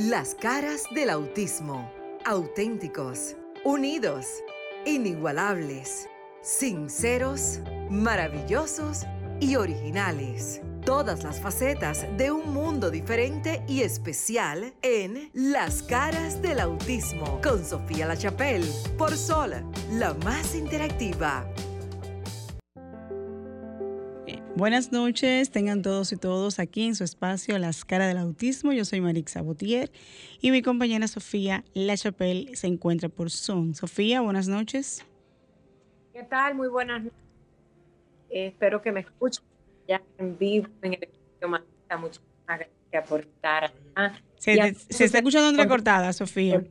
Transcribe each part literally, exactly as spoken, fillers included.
Las caras del autismo. Auténticos, unidos, inigualables, sinceros, maravillosos y originales. Todas las facetas de un mundo diferente y especial en Las caras del autismo con Sofía La Chapelle por Sol, la más interactiva. Buenas noches, tengan todos y todos aquí en su espacio Las caras del autismo. Yo soy Marixa Botier y mi compañera Sofía La Chapelle se encuentra por Zoom. Sofía, buenas noches. ¿Qué tal? Muy buenas noches. Eh, espero que me escuchen ya en vivo en el estudio. Marixa, muchísimas gracias por estar acá. Se, te, se está escuchando entrecortada, Sofía.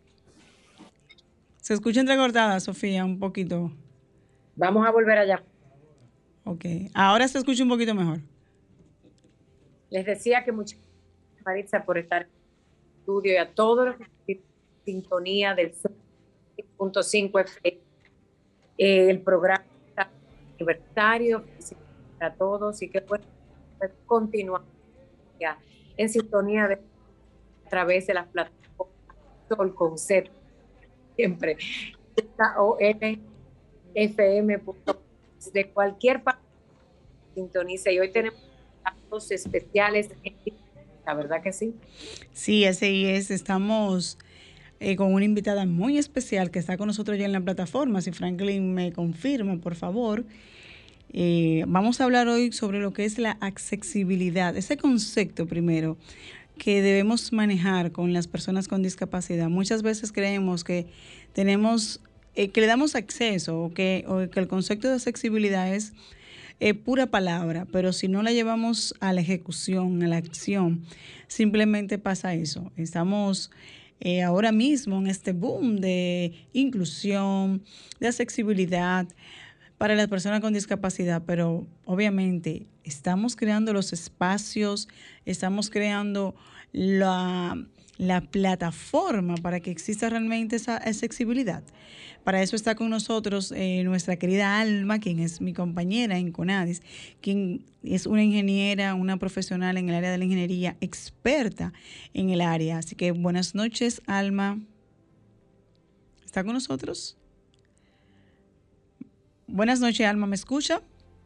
Se escucha entrecortada, Sofía, un poquito. Vamos a volver allá. Ok, ahora se escucha un poquito mejor. Les decía que muchas gracias, Marixa, por estar en el estudio y a todos los que están en sintonía del seis punto cinco F M. Eh, el programa está libertario para todos y que pueden continuar ya en sintonía de, a través de las plataformas Sol Concepto, siempre o n f m de cualquier parte sintoniza. Y hoy tenemos datos especiales, la verdad que sí. Sí, así es. Estamos eh, con una invitada muy especial que está con nosotros ya en la plataforma. Si Franklin me confirma, por favor. Eh, vamos a hablar hoy sobre lo que es la accesibilidad, ese concepto primero que debemos manejar con las personas con discapacidad. Muchas veces creemos que tenemos, eh, que le damos acceso o que, o que el concepto de accesibilidad es eh, pura palabra, pero si no la llevamos a la ejecución, a la acción, simplemente pasa eso. Estamos eh, ahora mismo en este boom de inclusión, de accesibilidad para las personas con discapacidad, pero obviamente estamos creando los espacios, estamos creando la, la plataforma para que exista realmente esa accesibilidad. Para eso está con nosotros eh, nuestra querida Alma, quien es mi compañera en CONADIS, quien es una ingeniera, una profesional en el área de la ingeniería, experta en el área. Así que buenas noches, Alma. ¿Está con nosotros? Buenas noches, Alma, ¿me escucha?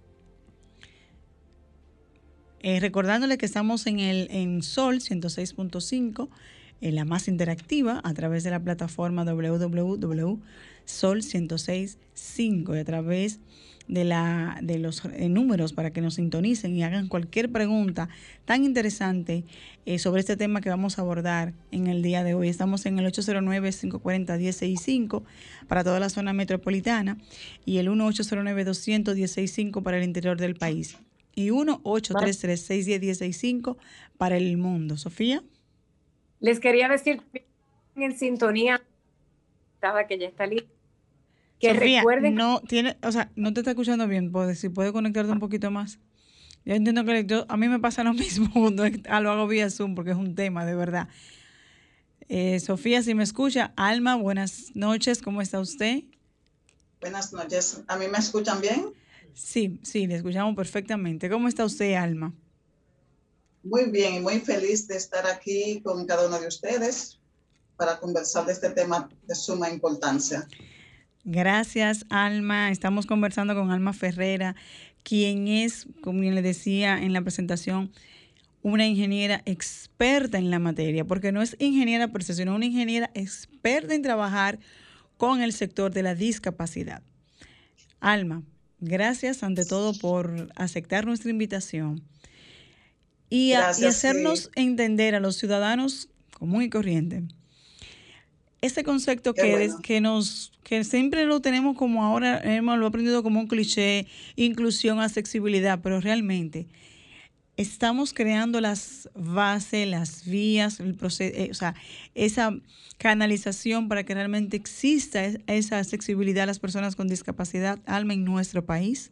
Eh, recordándole que estamos en el en Sol ciento seis punto cinco, en la más interactiva, a través de la plataforma doble u doble u doble u punto sol ciento seis punto cinco y a través de, la, de los eh, números para que nos sintonicen y hagan cualquier pregunta tan interesante eh, sobre este tema que vamos a abordar en el día de hoy. Estamos en el ocho cero nueve, cinco cuatro cero, uno cero seis cinco para toda la zona metropolitana y el uno ocho cero nueve, dos cero cero, uno cero seis cinco para el interior del país y uno ocho tres tres, seis uno cero, uno cero seis cinco para el mundo. Sofía. Les quería decir en sintonía que ya está lista. Que Sofía, recuerden, no tiene, o sea, no te está escuchando bien. ¿Puedes, si puedes conectarte un poquito más? Yo entiendo que yo, a mí me pasa lo mismo cuando lo hago vía Zoom porque es un tema, de verdad. Eh, Sofía, si me escucha. Alma, buenas noches, ¿cómo está usted? Buenas noches. ¿A mí me escuchan bien? Sí, sí, le escuchamos perfectamente. ¿Cómo está usted, Alma? Muy bien y muy feliz de estar aquí con cada uno de ustedes para conversar de este tema de suma importancia. Gracias, Alma. Estamos conversando con Alma Ferrera, quien es, como le decía en la presentación, una ingeniera experta en la materia, porque no es ingeniera per se, sino una ingeniera experta en trabajar con el sector de la discapacidad. Alma, gracias ante todo por aceptar nuestra invitación y, a, gracias, y hacernos sí. entender a los ciudadanos común y corriente ese concepto que, bueno. es, que nos que siempre lo tenemos como ahora hemos lo aprendido como un cliché, inclusión, accesibilidad, pero realmente estamos creando las bases, las vías, el proceso, eh, o sea, esa canalización para que realmente exista esa accesibilidad a las personas con discapacidad, Alma, en nuestro país.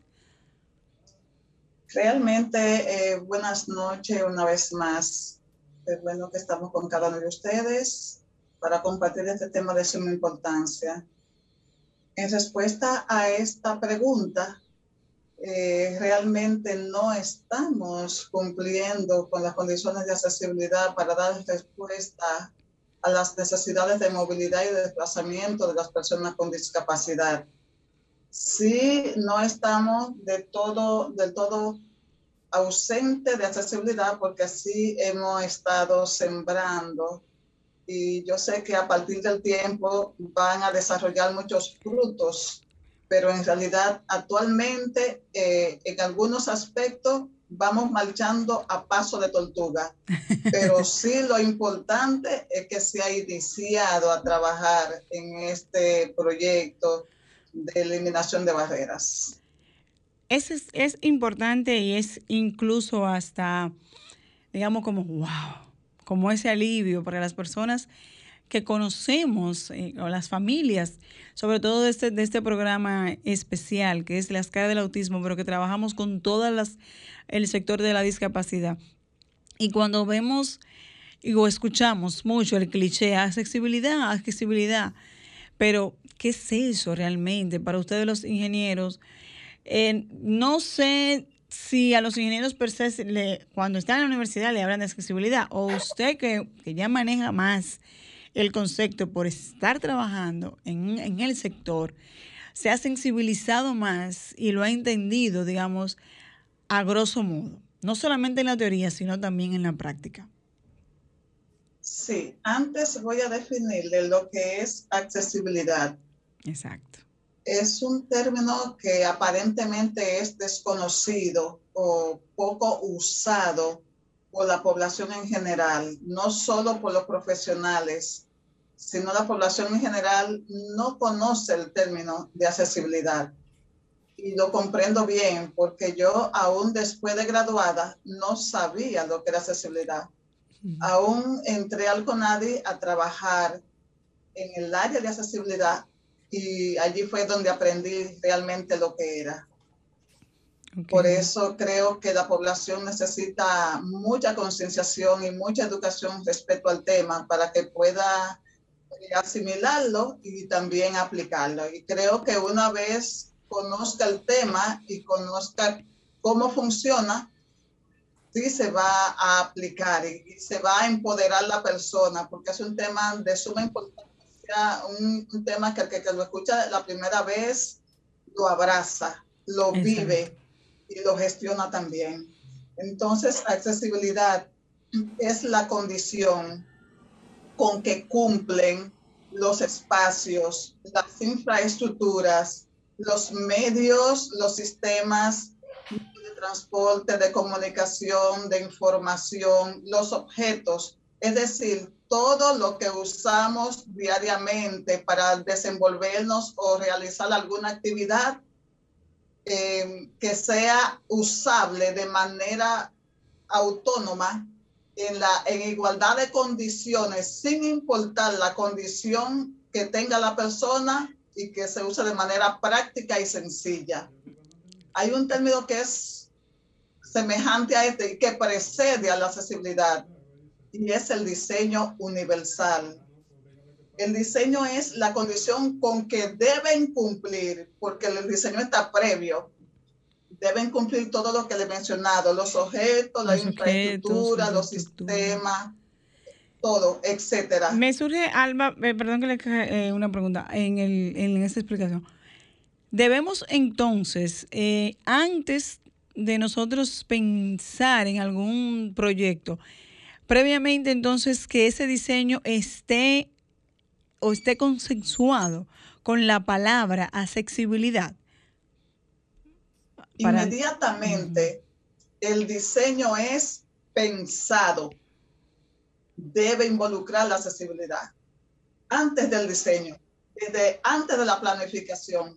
Realmente, eh, buenas noches una vez más. Es bueno que estamos con cada uno de ustedes para compartir este tema de suma importancia. En respuesta a esta pregunta, eh, realmente no estamos cumpliendo con las condiciones de accesibilidad para dar respuesta a las necesidades de movilidad y de desplazamiento de las personas con discapacidad. Sí, no estamos de todo, del todo ausente de accesibilidad, porque sí hemos estado sembrando, y yo sé que a partir del tiempo van a desarrollar muchos frutos, pero en realidad actualmente eh, en algunos aspectos vamos marchando a paso de tortuga, pero sí lo importante es que se ha iniciado a trabajar en este proyecto de eliminación de barreras. Es, es, es importante y es incluso hasta, digamos, como wow, como ese alivio para las personas que conocemos, eh, o las familias, sobre todo de este, de este programa especial que es Las Caras del Autismo, pero que trabajamos con todas las, el sector de la discapacidad. Y cuando vemos o escuchamos mucho el cliché, accesibilidad, accesibilidad, pero ¿qué es eso realmente para ustedes los ingenieros? Eh, no sé si a los ingenieros per se, le, cuando están en la universidad le hablan de accesibilidad, o usted que, que ya maneja más el concepto por estar trabajando en, en el sector, se ha sensibilizado más y lo ha entendido, digamos, a grosso modo, no solamente en la teoría, sino también en la práctica. Sí, antes voy a definirle lo que es accesibilidad. Exacto. Es un término que aparentemente es desconocido o poco usado por la población en general, no solo por los profesionales, sino la población en general no conoce el término de accesibilidad. Y lo comprendo bien, porque yo aún después de graduada no sabía lo que era accesibilidad. Uh-huh. Aún entré al CONADI a trabajar en el área de accesibilidad y allí fue donde aprendí realmente lo que era. Okay. Por eso creo que la población necesita mucha concienciación y mucha educación respecto al tema para que pueda asimilarlo y también aplicarlo. Y creo que una vez conozca el tema y conozca cómo funciona, sí se va a aplicar y, y se va a empoderar la persona, porque es un tema de suma importancia, un, un tema que el que, que lo escucha la primera vez lo abraza, lo Exacto. vive y lo gestiona también. Entonces, accesibilidad es la condición con que cumplen los espacios, las infraestructuras, los medios, los sistemas de transporte, de comunicación, de información, los objetos, es decir, todo lo que usamos diariamente para desenvolvernos o realizar alguna actividad eh, que sea usable de manera autónoma, en, la, en igualdad de condiciones, sin importar la condición que tenga la persona y que se use de manera práctica y sencilla. Hay un término que es semejante a este y que precede a la accesibilidad, y es el diseño universal. El diseño es la condición con que deben cumplir, porque el diseño está previo. Deben cumplir todo lo que le he mencionado, los objetos, la infraestructura, los sistemas, todo, etcétera. Me surge, Alba, eh, perdón que le eh, una pregunta en, el, en esta explicación. Debemos entonces, eh, antes de nosotros pensar en algún proyecto, previamente entonces que ese diseño esté o esté consensuado con la palabra accesibilidad. Para... Inmediatamente, uh-huh. el diseño es pensado, debe involucrar la accesibilidad. Antes del diseño, desde antes de la planificación,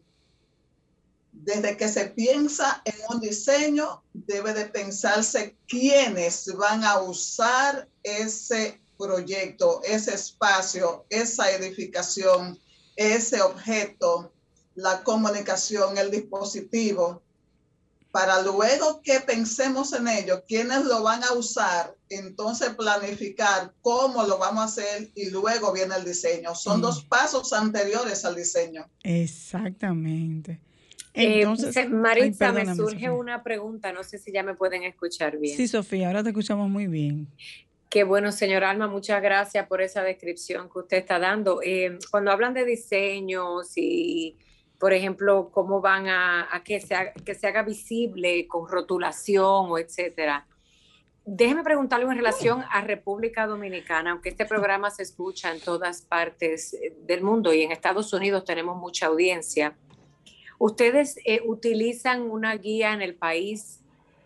desde que se piensa en un diseño, debe de pensarse quiénes van a usar ese proyecto, ese espacio, esa edificación, ese objeto, la comunicación, el dispositivo, para luego que pensemos en ello, quiénes lo van a usar, entonces planificar cómo lo vamos a hacer y luego viene el diseño. Son sí. dos pasos anteriores al diseño. Exactamente. Entonces, eh, Maritza, ay, me surge Sofía. una pregunta, no sé si ya me pueden escuchar bien. Sí, Sofía, ahora te escuchamos muy bien. Qué bueno, señor Alma, muchas gracias por esa descripción que usted está dando. Eh, cuando hablan de diseños y, por ejemplo, cómo van a, a que, se haga, que se haga visible con rotulación o etcétera, déjeme preguntarle en relación a República Dominicana, aunque este programa se escucha en todas partes del mundo y en Estados Unidos tenemos mucha audiencia. ¿Ustedes eh, utilizan una guía en el país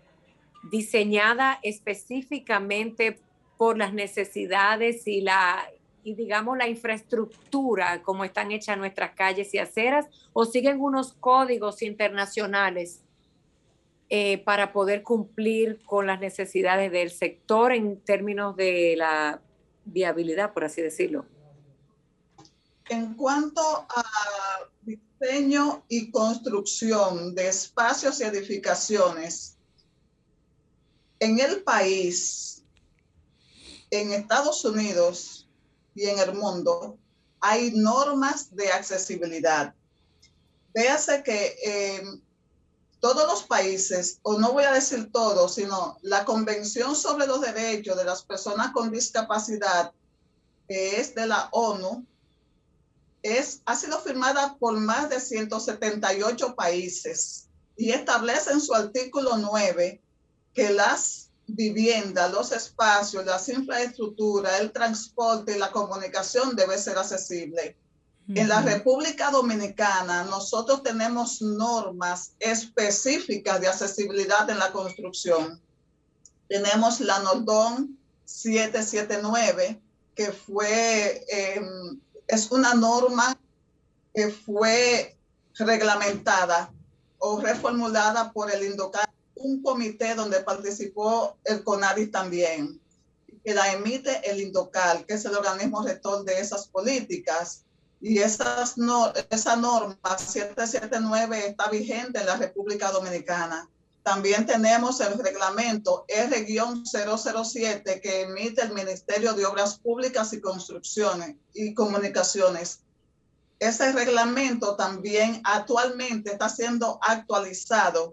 diseñada específicamente por las necesidades y la y digamos la infraestructura como están hechas nuestras calles y aceras, o siguen unos códigos internacionales eh, para poder cumplir con las necesidades del sector en términos de la viabilidad, por así decirlo? En cuanto a diseño y construcción de espacios y edificaciones, en el país, en Estados Unidos y en el mundo, hay normas de accesibilidad. Véase que eh, todos los países, o no voy a decir todos, sino la Convención sobre los Derechos de las Personas con Discapacidad, que es de la ONU, es, ha sido firmada por más de ciento setenta y ocho países y establece en su artículo nueve que las viviendas, los espacios, las infraestructuras, el transporte y la comunicación debe ser accesible. Uh-huh. En la República Dominicana nosotros tenemos normas específicas de accesibilidad en la construcción. Tenemos la Nordón siete siete nueve, que fue, eh, es una norma que fue reglamentada o reformulada por el INDOCAL, un comité donde participó el CONADIS también, que la emite el INDOCAL, que es el organismo rector de esas políticas. Y esas no, esa norma siete siete nueve está vigente en la República Dominicana. También tenemos el reglamento R cero cero siete que emite el Ministerio de Obras Públicas y Construcciones y Comunicaciones. Ese reglamento también actualmente está siendo actualizado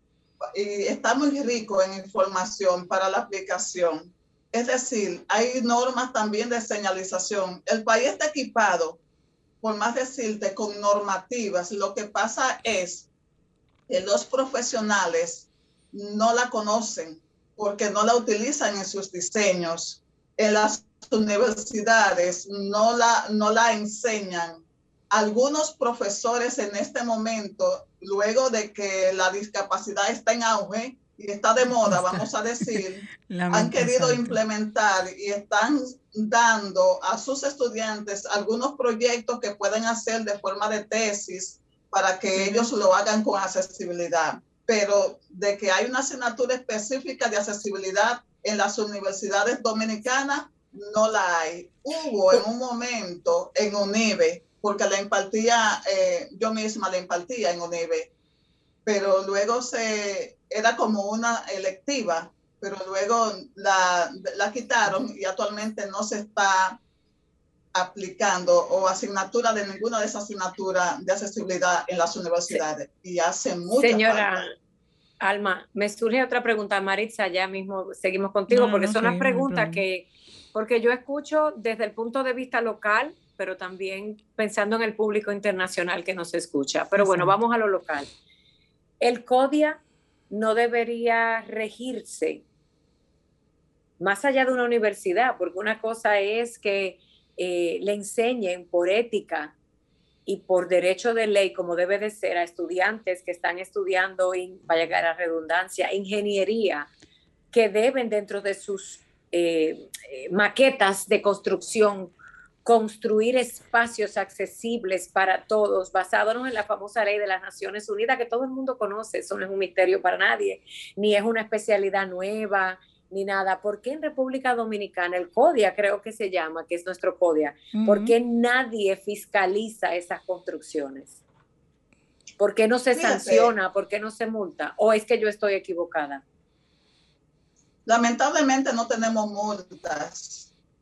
y está muy rico en información para la aplicación. Es decir, hay normas también de señalización. El país está equipado, por más decirte, con normativas. Lo que pasa es que los profesionales no la conocen porque no la utilizan en sus diseños. En las universidades no la, no la enseñan. Algunos profesores en este momento, luego de que la discapacidad está en auge y está de moda, vamos a decir, han querido implementar y están dando a sus estudiantes algunos proyectos que pueden hacer de forma de tesis para que sí. ellos lo hagan con accesibilidad. Pero de que hay una asignatura específica de accesibilidad en las universidades dominicanas, no la hay. Hubo en un momento en UNIBE, porque la impartía, eh, yo misma la impartía en UNIBE, pero luego se, era como una electiva, pero luego la, la quitaron y actualmente no se está aplicando o asignatura de ninguna de esas asignaturas de accesibilidad en las universidades. Sí. Y hace mucha Señora falta. Alma, me surge otra pregunta, Maritza, ya mismo seguimos contigo, no, porque no, son sí, las preguntas que, porque yo escucho desde el punto de vista local, pero también pensando en el público internacional que nos escucha. Pero bueno, vamos a lo local. El CODIA no debería regirse más allá de una universidad, porque una cosa es que eh, le enseñen por ética y por derecho de ley, como debe de ser, a estudiantes que están estudiando, in, vaya a llegar a redundancia, ingeniería, que deben dentro de sus eh, eh, maquetas de construcción construir espacios accesibles para todos, basándonos en la famosa ley de las Naciones Unidas, que todo el mundo conoce. Eso no es un misterio para nadie, ni es una especialidad nueva, ni nada. ¿Por qué en República Dominicana, el CODIA creo que se llama, que es nuestro CODIA, uh-huh. ¿por qué nadie fiscaliza esas construcciones? ¿Por qué no se Fíjate. sanciona? ¿Por qué no se multa? ¿O es que yo estoy equivocada? Lamentablemente no tenemos multas.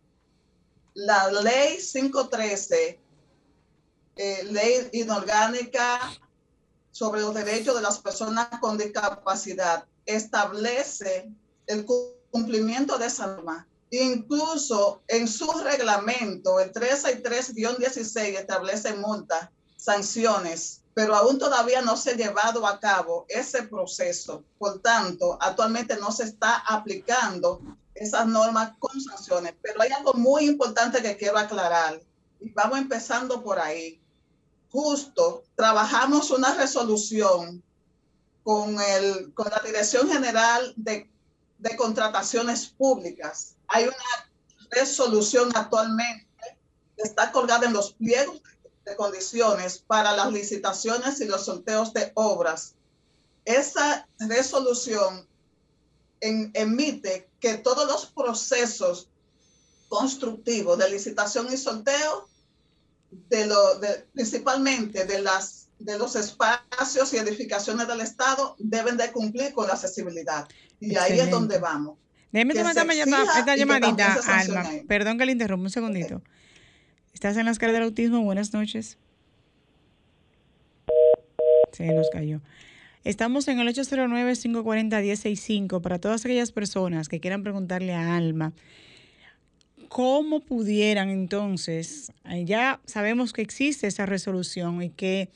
La ley quinientos trece, eh, ley inorgánica sobre los derechos de las personas con discapacidad establece el cumplimiento de esa norma. Incluso en su reglamento, el trescientos sesenta y tres guión dieciséis establece multas, sanciones, pero aún todavía no se ha llevado a cabo ese proceso. Por tanto, actualmente no se está aplicando esas normas con sanciones. Pero hay algo muy importante que quiero aclarar. Y vamos empezando por ahí. Justo trabajamos una resolución con, el, con la Dirección General de, de Contrataciones Públicas. Hay una resolución actualmente que está colgada en los pliegos de condiciones para las licitaciones y los sorteos de obras. Esa resolución en, emite que todos los procesos constructivos de licitación y sorteo, de lo, de, principalmente de, las, de los espacios y edificaciones del Estado, deben de cumplir con la accesibilidad. Y Excelente. Ahí es donde vamos. Déjeme tomar esta, esta llamadita, Alma. Perdón que le interrumpa un segundito. Okay. ¿Estás en la escala del autismo? Buenas noches. Se nos cayó. Estamos en el ocho cero nueve, cinco cuatro cero, uno cero seis cinco para todas aquellas personas que quieran preguntarle a Alma cómo pudieran entonces, ya sabemos que existe esa resolución y que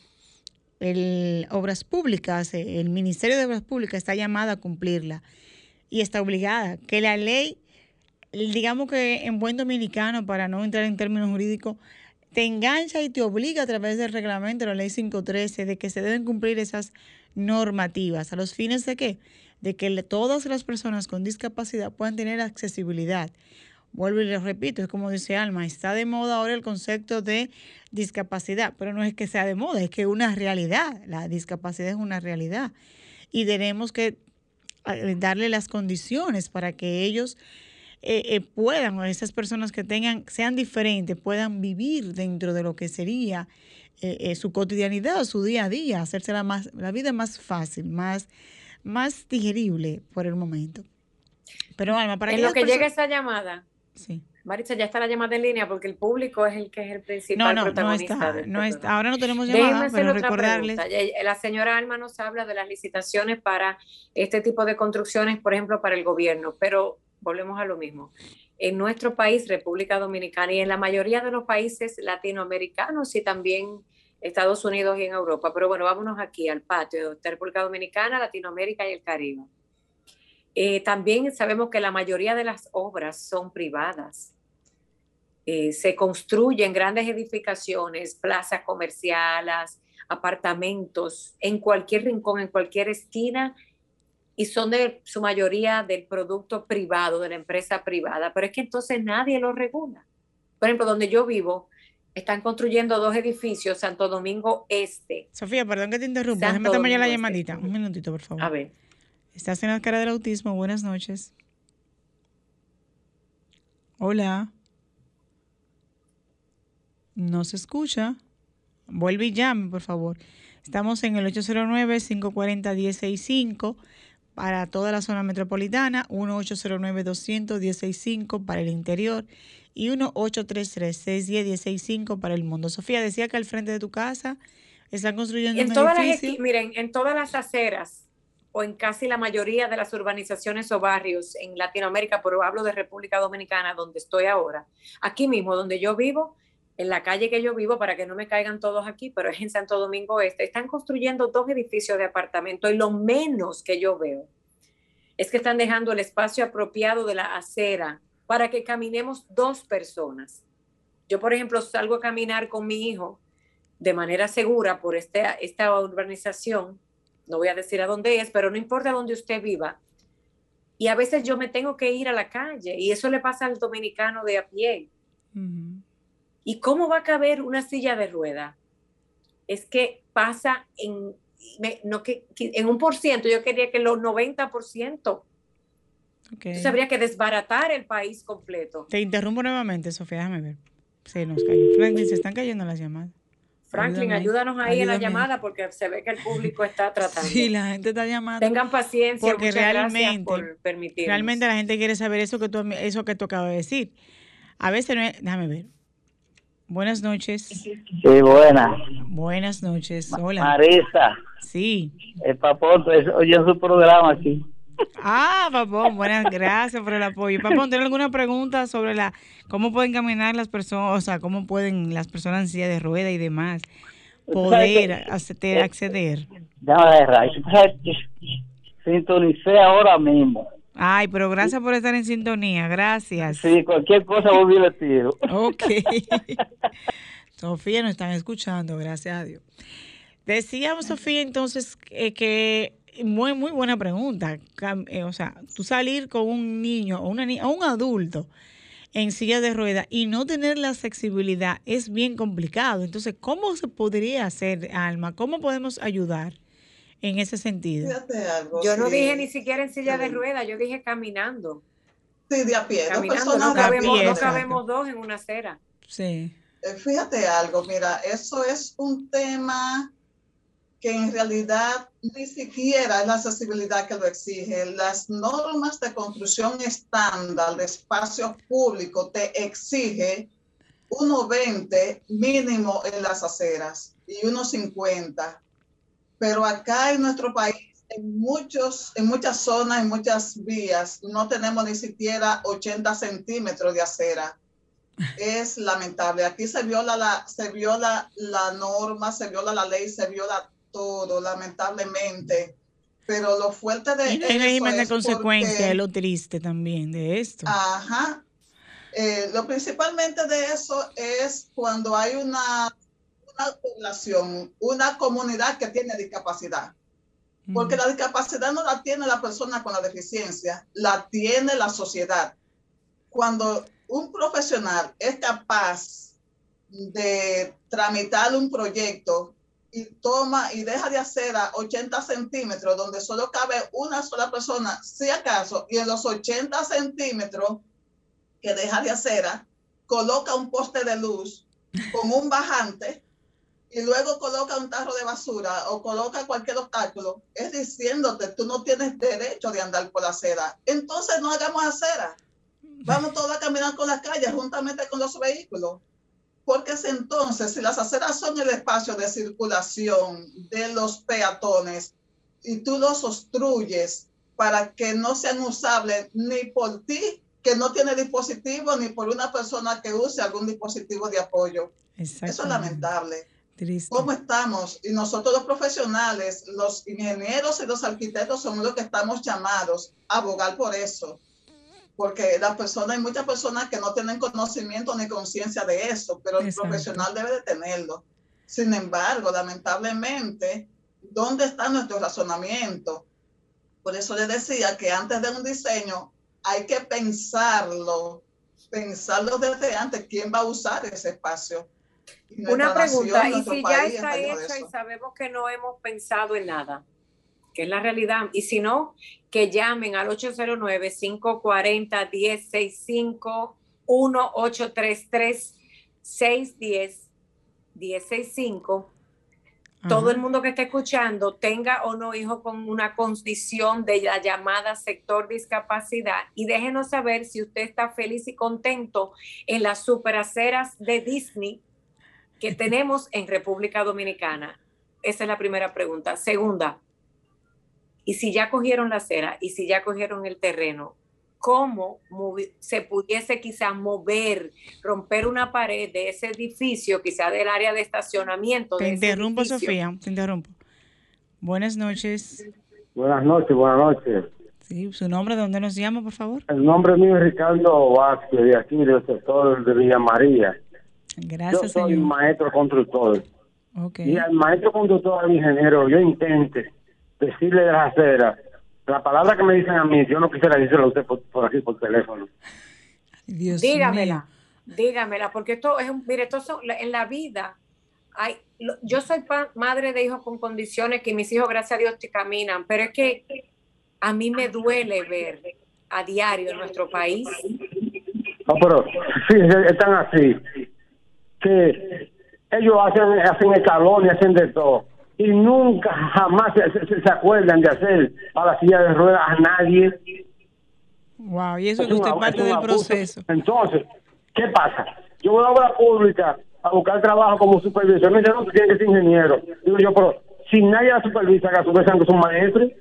el Obras Públicas, el Ministerio de Obras Públicas está llamada a cumplirla y está obligada, que la ley, digamos que en buen dominicano, para no entrar en términos jurídicos, te engancha y te obliga a través del reglamento, la ley quinientos trece, de que se deben cumplir esas normativas. ¿A los fines de qué? De que todas las personas con discapacidad puedan tener accesibilidad. Vuelvo y les repito, es como dice Alma, está de moda ahora el concepto de discapacidad, pero no es que sea de moda, es que es una realidad. La discapacidad es una realidad y tenemos que darle las condiciones para que ellos eh, eh, puedan, o esas personas que tengan, sean diferentes, puedan vivir dentro de lo que sería eh, eh, su cotidianidad, su día a día, hacerse la, más, la vida más fácil, más, más digerible por el momento. Pero Alma, para en lo que llegue esa llamada, sí. Maritza, ya está la llamada en línea porque el público es el que es el principal no, no, protagonista. No, está, no está. Ahora no tenemos llamada, pero recordarles. Pregunta. La señora Alma nos habla de las licitaciones para este tipo de construcciones, por ejemplo, para el gobierno, pero volvemos a lo mismo. En nuestro país, República Dominicana, y en la mayoría de los países latinoamericanos y también Estados Unidos y en Europa, pero bueno, vámonos aquí al patio de República Dominicana, Latinoamérica y el Caribe. Eh, también sabemos que la mayoría de las obras son privadas. Eh, se construyen grandes edificaciones, plazas comerciales, apartamentos, en cualquier rincón, en cualquier esquina, y son de su mayoría del producto privado, de la empresa privada. Pero es que entonces nadie lo regula. Por ejemplo, donde yo vivo, están construyendo dos edificios, Santo Domingo Este. Sofía, perdón que te interrumpa, déjame tomar ya la llamadita. Este. Un minutito, por favor. A ver. Estás en la cara del autismo. Buenas noches. Hola. No se escucha. Vuelve y llame, por favor. Estamos en el ocho cero nueve, cinco cuatro cero, uno cero seis cinco para toda la zona metropolitana, uno ocho cero nueve, dos cero cero, uno cero seis cinco para el interior y uno ocho tres tres, seis uno cero, uno cero seis cinco para el mundo. Sofía, decía que al frente de tu casa están construyendo en un todas edificio. Las, miren, en todas las aceras o en casi la mayoría de las urbanizaciones o barrios en Latinoamérica, pero hablo de República Dominicana, donde estoy ahora, aquí mismo donde yo vivo, en la calle que yo vivo, para que no me caigan todos aquí, pero es en Santo Domingo Este, están construyendo dos edificios de apartamento y lo menos que yo veo es que están dejando el espacio apropiado de la acera para que caminemos dos personas. Yo, por ejemplo, salgo a caminar con mi hijo de manera segura por este, esta urbanización, no voy a decir a dónde es, pero no importa dónde usted viva, y a veces yo me tengo que ir a la calle, y eso le pasa al dominicano de a pie. Uh-huh. ¿Y cómo va a caber una silla de rueda? Es que pasa en, no, que, en un por ciento, yo quería que los noventa por ciento. Okay. Entonces habría que desbaratar el país completo. Te interrumpo nuevamente, Sofía, déjame ver. Se nos cayó. Franklin, se están cayendo las llamadas. Franklin, Ayúdame. ayúdanos ahí Ayúdame. en la llamada porque se ve que el público está tratando. Sí, la gente está llamando. Tengan paciencia, porque muchas realmente, gracias por permitirnos. Realmente la gente quiere saber eso que tú, eso que tú acabas de decir. A veces no es, déjame ver. Buenas noches. Sí, buenas. Buenas noches. Hola. Marisa. Sí. El Papón, pues, oye su programa aquí. Ah, Papón, buenas gracias por el apoyo. Papón, ¿tiene alguna pregunta sobre la cómo pueden caminar las personas, o sea, cómo pueden las personas en silla de rueda y demás poder acceder? acceder? Déjame ver, sintonicé ahora mismo. Ay, pero gracias por estar en sintonía, gracias. Sí, cualquier cosa volví le tiro. Ok. Sofía, nos están escuchando, gracias a Dios. Decíamos, Sofía, entonces, eh, que muy, muy buena pregunta. Eh, o sea, tú salir con un niño o una niña, o un adulto en silla de ruedas y no tener la accesibilidad es bien complicado. Entonces, ¿cómo se podría hacer, Alma? ¿Cómo podemos ayudar en ese sentido? Algo, yo no sí. dije ni siquiera en silla sí. de ruedas, yo dije caminando. Sí, de a pie. Caminando, no cabemos, pie, no cabemos dos en una acera. Sí. Fíjate algo, mira, eso es un tema que en realidad ni siquiera es la accesibilidad que lo exige. Las normas de construcción estándar de espacios públicos te exige uno veinte mínimo en las aceras y uno cincuenta. Pero acá en nuestro país, en, muchos, en muchas zonas, en muchas vías, no tenemos ni siquiera ochenta centímetros de acera. Es lamentable. Aquí se viola la, se viola la norma, se viola la ley, se viola todo, lamentablemente. Pero lo fuerte de y no hay eso régimen de es consecuencia, porque, es lo triste también de esto. Ajá. Eh, lo principalmente de eso es cuando hay una, una población, una comunidad que tiene discapacidad. Porque mm. la discapacidad no la tiene la persona con la deficiencia, la tiene la sociedad. Cuando un profesional es capaz de tramitar un proyecto y toma y deja de hacer a ochenta centímetros donde solo cabe una sola persona, si acaso, y en los ochenta centímetros que deja de hacer, coloca un poste de luz con un bajante y luego coloca un tarro de basura o coloca cualquier obstáculo, es diciéndote, tú no tienes derecho de andar por la acera. Entonces no hagamos acera. Vamos todos a caminar con las calles juntamente con los vehículos. Porque es entonces, si las aceras son el espacio de circulación de los peatones y tú los obstruyes para que no sean usables ni por ti, que no tiene dispositivo, ni por una persona que use algún dispositivo de apoyo. Eso es lamentable. Triste. ¿Cómo estamos? Y nosotros los profesionales, los ingenieros y los arquitectos somos los que estamos llamados a abogar por eso. Porque las personas, hay muchas personas que no tienen conocimiento ni conciencia de eso, pero el Exacto. profesional debe de tenerlo. Sin embargo, lamentablemente, ¿dónde está nuestro razonamiento? Por eso les decía que antes de un diseño hay que pensarlo, pensarlo desde antes, ¿quién va a usar ese espacio? Una pregunta, nación, y si ya está hecha y sabemos que no hemos pensado en nada, que es la realidad, y si no, que llamen al ocho cero nueve, cinco cuatro cero, uno cero seis cinco, uno ocho tres tres, seis uno cero, uno cero seis cinco. Todo el mundo que esté escuchando, tenga o no hijo con una condición de la llamada sector discapacidad, y déjenos saber si usted está feliz y contento en las superaceras de Disney que tenemos en República Dominicana. Esa es la primera pregunta. Segunda, y si ya cogieron la acera y si ya cogieron el terreno, ¿cómo se pudiese quizás mover, romper una pared de ese edificio, quizás del área de estacionamiento? Te de interrumpo, ese Sofía, te interrumpo. Buenas noches. Buenas noches, buenas noches. Sí, ¿su nombre? ¿De dónde nos llama, por favor? El nombre mío es Ricardo Vázquez, de aquí, del sector de Villa María. Gracias, yo soy señor. maestro constructor. Okay. Y al maestro constructor, al ingeniero, yo intente decirle de las aceras, la palabra que me dicen a mí, yo no quisiera decirlo a usted por, por aquí, por teléfono. Dios dígamela, mío. dígamela, porque esto es un, mire, esto son, en la vida, hay, lo, yo soy pa, madre de hijos con condiciones que mis hijos, gracias a Dios, te caminan, pero es que a mí me duele ver a diario en nuestro país. No, pero sí, están así, que ellos hacen, hacen escalón y hacen de todo. Y nunca, jamás se, se, se acuerdan de hacer a la silla de ruedas a nadie. Wow, y eso es que usted es parte del proceso. Entonces, ¿qué pasa? Yo voy a obra pública a buscar trabajo como supervisor. Me dicen, no, tú tienes que ser ingeniero. Digo yo, pero si nadie la supervisa, que a su vez sean que son maestros.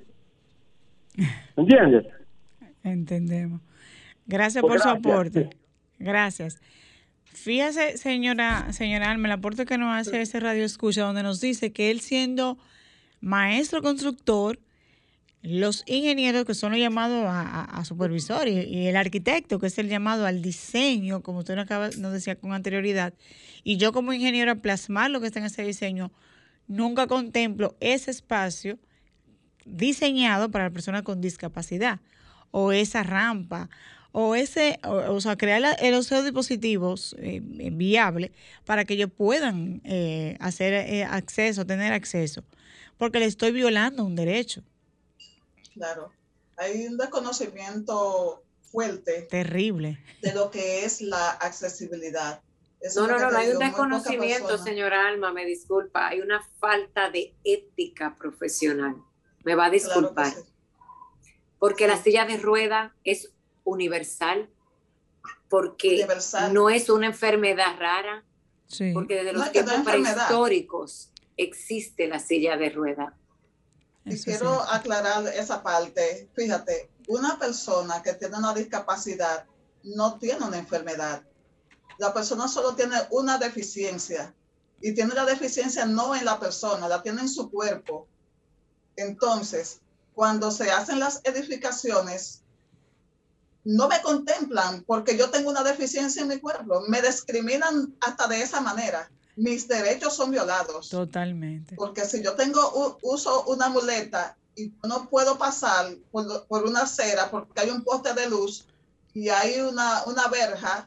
¿Entiendes? Entendemos. Gracias Pues por gracias. su aporte. Gracias. Fíjese, señora, señora Alma, el aporte que nos hace ese radio escucha, donde nos dice que él siendo maestro constructor, los ingenieros que son los llamados a, a, a supervisores y el arquitecto que es el llamado al diseño, como usted nos, acaba, nos decía con anterioridad, y yo como ingeniero a plasmar lo que está en ese diseño, nunca contemplo ese espacio diseñado para la persona con discapacidad o esa rampa o ese, o, o sea, crear la, esos dispositivos eh, viables para que ellos puedan eh, hacer eh, acceso, tener acceso, porque le estoy violando un derecho. Claro, hay un desconocimiento fuerte. Terrible. De lo que es la accesibilidad. Eso no, no, no, no hay un desconocimiento, señora Alma, me disculpa, hay una falta de ética profesional. Me va a disculpar. Claro sí. Porque sí. La silla de rueda es universal, porque universal. No es una enfermedad rara, sí. Porque desde los no tiempos prehistóricos existe la silla de rueda. Y Eso quiero sí. aclarar esa parte. Fíjate, una persona que tiene una discapacidad no tiene una enfermedad. La persona solo tiene una deficiencia y tiene la deficiencia no en la persona, la tiene en su cuerpo. Entonces, cuando se hacen las edificaciones, no me contemplan porque yo tengo una deficiencia en mi cuerpo. Me discriminan hasta de esa manera. Mis derechos son violados. Totalmente. Porque si yo tengo, uso una muleta y no puedo pasar por, por una acera porque hay un poste de luz y hay una, una verja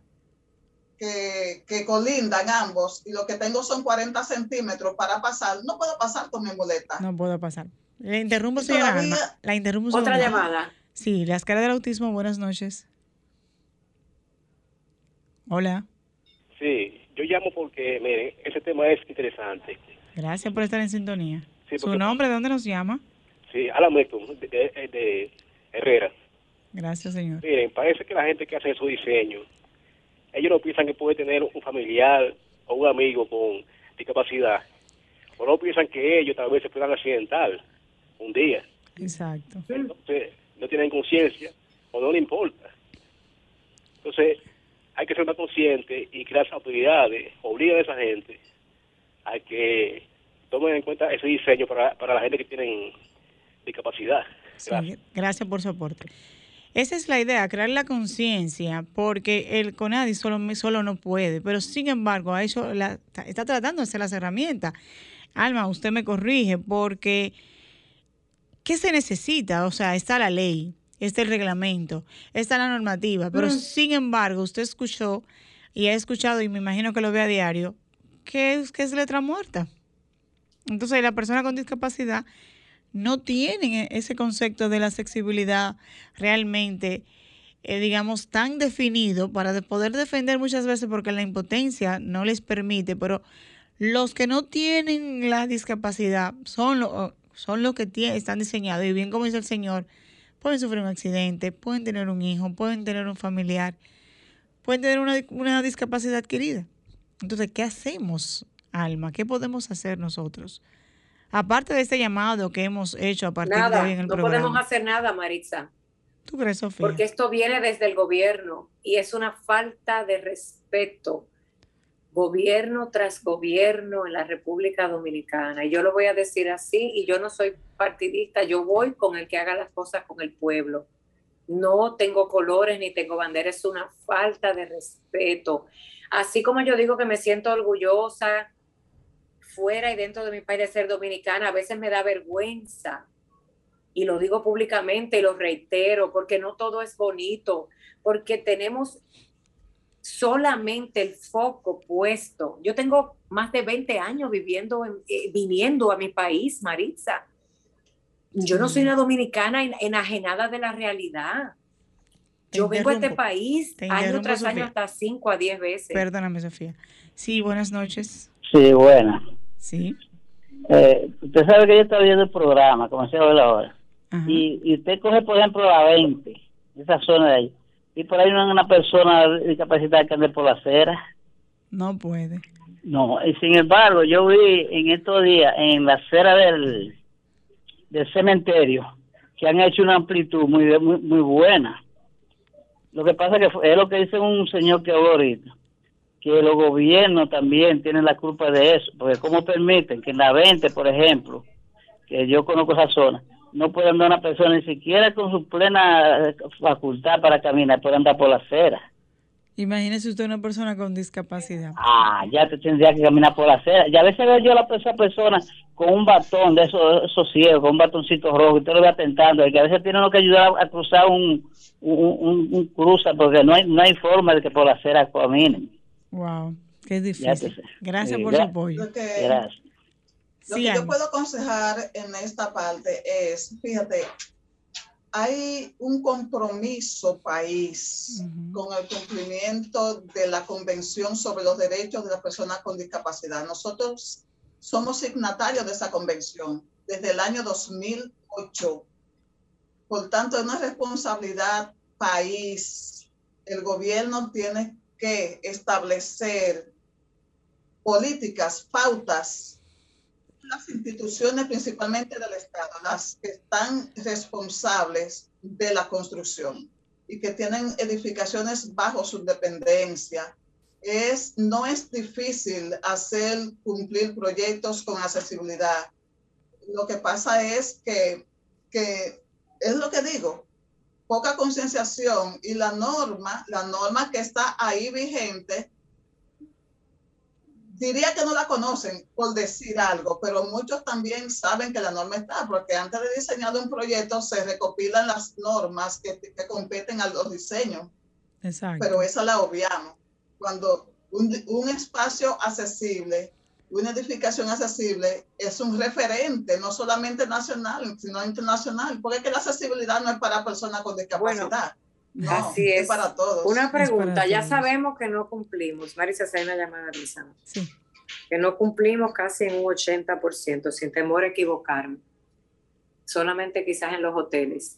que, que colindan ambos y lo que tengo son cuarenta centímetros para pasar, no puedo pasar con mi muleta. No puedo pasar. Le interrumpo, señora Alma. La interrumpo. Otra señora. Llamada. Sí, las caras del autismo, buenas noches. Hola. Sí, yo llamo porque, miren, ese tema es interesante. Gracias por estar en sintonía. Sí, ¿Su nombre? ¿De dónde nos llama? Sí, Alan Weston, de, de, de Herrera. Gracias, señor. Miren, parece que la gente que hace su diseño, ellos no piensan que puede tener un familiar o un amigo con discapacidad, o no piensan que ellos tal vez se puedan accidentar un día. Exacto. Entonces, no tienen conciencia o no les importa. Entonces, hay que ser más consciente y crear autoridades, obligar a esa gente a que tomen en cuenta ese diseño para, para la gente que tienen discapacidad. Gracias. Sí, gracias por su aporte. Esa es la idea, crear la conciencia, porque el CONADI solo, solo no puede, pero sin embargo a eso la, está tratando de hacer las herramientas. Alma, usted me corrige, porque ¿qué se necesita? O sea, está la ley, está el reglamento, está la normativa, pero mm. sin embargo usted escuchó y ha escuchado, y me imagino que lo ve a diario, que es, que es letra muerta. Entonces la persona con discapacidad no tienen ese concepto de la accesibilidad realmente, eh, digamos, tan definido para de poder defender muchas veces porque la impotencia no les permite, pero los que no tienen la discapacidad son, lo, son los que tienen, están diseñados y bien como dice el señor, pueden sufrir un accidente, pueden tener un hijo, pueden tener un familiar, pueden tener una, una discapacidad adquirida. Entonces, ¿qué hacemos, Alma? ¿Qué podemos hacer nosotros? Aparte de este llamado que hemos hecho a partir nada, de hoy en el no programa. No podemos hacer nada, Maritza. ¿Tú crees, Sofía? Porque esto viene desde el gobierno y es una falta de respeto. Gobierno tras gobierno en la República Dominicana. Y yo lo voy a decir así, y yo no soy partidista, yo voy con el que haga las cosas con el pueblo. No tengo colores ni tengo banderas, es una falta de respeto. Así como yo digo que me siento orgullosa fuera y dentro de mi país de ser dominicana, a veces me da vergüenza y lo digo públicamente y lo reitero porque no todo es bonito, porque tenemos solamente el foco puesto. Yo tengo más de veinte años viviendo, en, eh, viniendo a mi país, Maritza. Yo no soy una dominicana en, enajenada de la realidad. Yo vengo a este país año tras Sofía. año hasta cinco a diez veces. Perdóname, Sofía. Sí, buenas noches. Sí, buenas. Sí. Eh, usted sabe que yo estaba viendo el programa, como se habla ahora. Y, y usted coge, por ejemplo, la veinte, esa zona de ahí, y por ahí no hay una persona discapacitada que ande por la acera. No puede. No, y sin embargo, yo vi en estos días en la acera del, del cementerio que han hecho una amplitud muy, muy muy buena. Lo que pasa que fue, es lo que dice un señor que habló ahorita, que los gobiernos también tienen la culpa de eso, porque cómo permiten que en la veinte, por ejemplo, que yo conozco esa zona, no puede andar una persona ni siquiera con su plena facultad para caminar, puede andar por la acera. Imagínese usted una persona con discapacidad. Ah, ya te tendría que caminar por la acera. Y a veces veo yo a la, esa persona con un batón de esos, esos ciegos, con un batoncito rojo, y usted lo ve atentando, y que a veces tiene uno que ayudar a, a cruzar un, un, un, un cruza, porque no hay no hay forma de que por la acera caminen. Wow, qué difícil. Gracias sí, por gra su apoyo. Lo que, Gracias. Lo sí, que Ana. yo puedo aconsejar en esta parte es, fíjate, hay un compromiso país uh-huh. con el cumplimiento de la Convención sobre los Derechos de las Personas con Discapacidad. Nosotros somos signatarios de esa convención desde el año dos mil ocho. Por tanto, es una responsabilidad país. El gobierno tiene que establecer políticas, pautas, las instituciones principalmente del Estado, las que están responsables de la construcción y que tienen edificaciones bajo su dependencia. Es, no es difícil hacer cumplir proyectos con accesibilidad. Lo que pasa es que, que es lo que digo, poca concienciación y la norma, la norma que está ahí vigente, diría que no la conocen por decir algo, pero muchos también saben que la norma está, porque antes de diseñar un proyecto se recopilan las normas que, que competen a los diseños. Exacto. Pero esa la obviamos. Cuando un, un espacio accesible, una edificación accesible es un referente, no solamente nacional, sino internacional, porque es que la accesibilidad no es para personas con discapacidad. Bueno, no, así es. Es para todos. Una pregunta, ya todos. Sabemos que no cumplimos. Marisa, se hay una llamada, Lisa. Sí. Que no cumplimos casi en un ochenta por ciento, sin temor a equivocarme. Solamente quizás en los hoteles.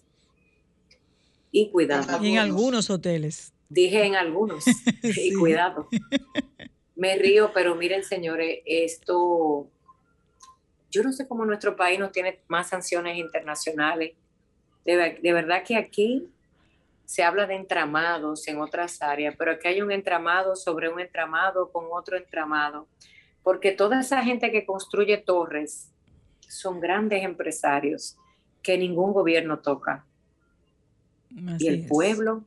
Y cuidado. Y en algunos hoteles. Dije en algunos. Sí. Y cuidado. Me río, pero miren, señores, esto... Yo no sé cómo nuestro país no tiene más sanciones internacionales. De, de verdad que aquí se habla de entramados en otras áreas, pero aquí hay un entramado sobre un entramado con otro entramado, porque toda esa gente que construye torres son grandes empresarios que ningún gobierno toca. Así y el es. pueblo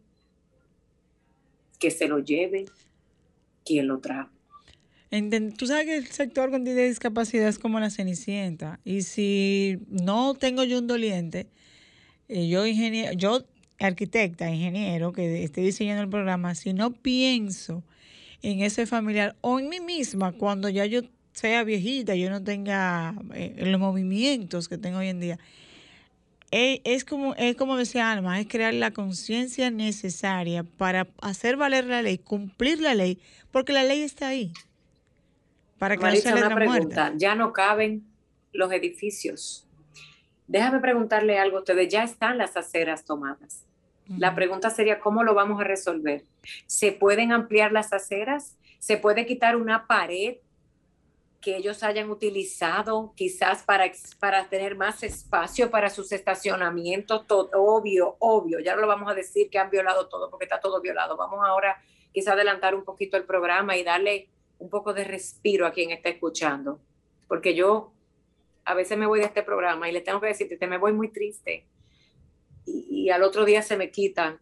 que se lo lleve quien lo trajo. Tú sabes que el sector con discapacidad es como la Cenicienta, y si no tengo yo un doliente, eh, yo ingeniero, yo arquitecta, ingeniero, que esté diseñando el programa, si no pienso en ese familiar o en mí misma, cuando ya yo sea viejita, yo no tenga eh, los movimientos que tengo hoy en día, eh, es como es como decía Alma, es crear la conciencia necesaria para hacer valer la ley, cumplir la ley, porque la ley está ahí. Para que Marisa, no sea una pregunta, muerta. ya no caben los edificios. Déjame preguntarle algo a ustedes, ya están las aceras tomadas. La pregunta sería, ¿cómo lo vamos a resolver? ¿Se pueden ampliar las aceras? ¿Se puede quitar una pared que ellos hayan utilizado quizás para, para tener más espacio para sus estacionamientos? Todo, obvio, obvio. Ya no lo vamos a decir que han violado todo porque está todo violado. Vamos ahora quizás adelantar un poquito el programa y darle un poco de respiro a quien está escuchando. Porque yo a veces me voy de este programa y le tengo que decir que me voy muy triste. Y, y al otro día se me quitan.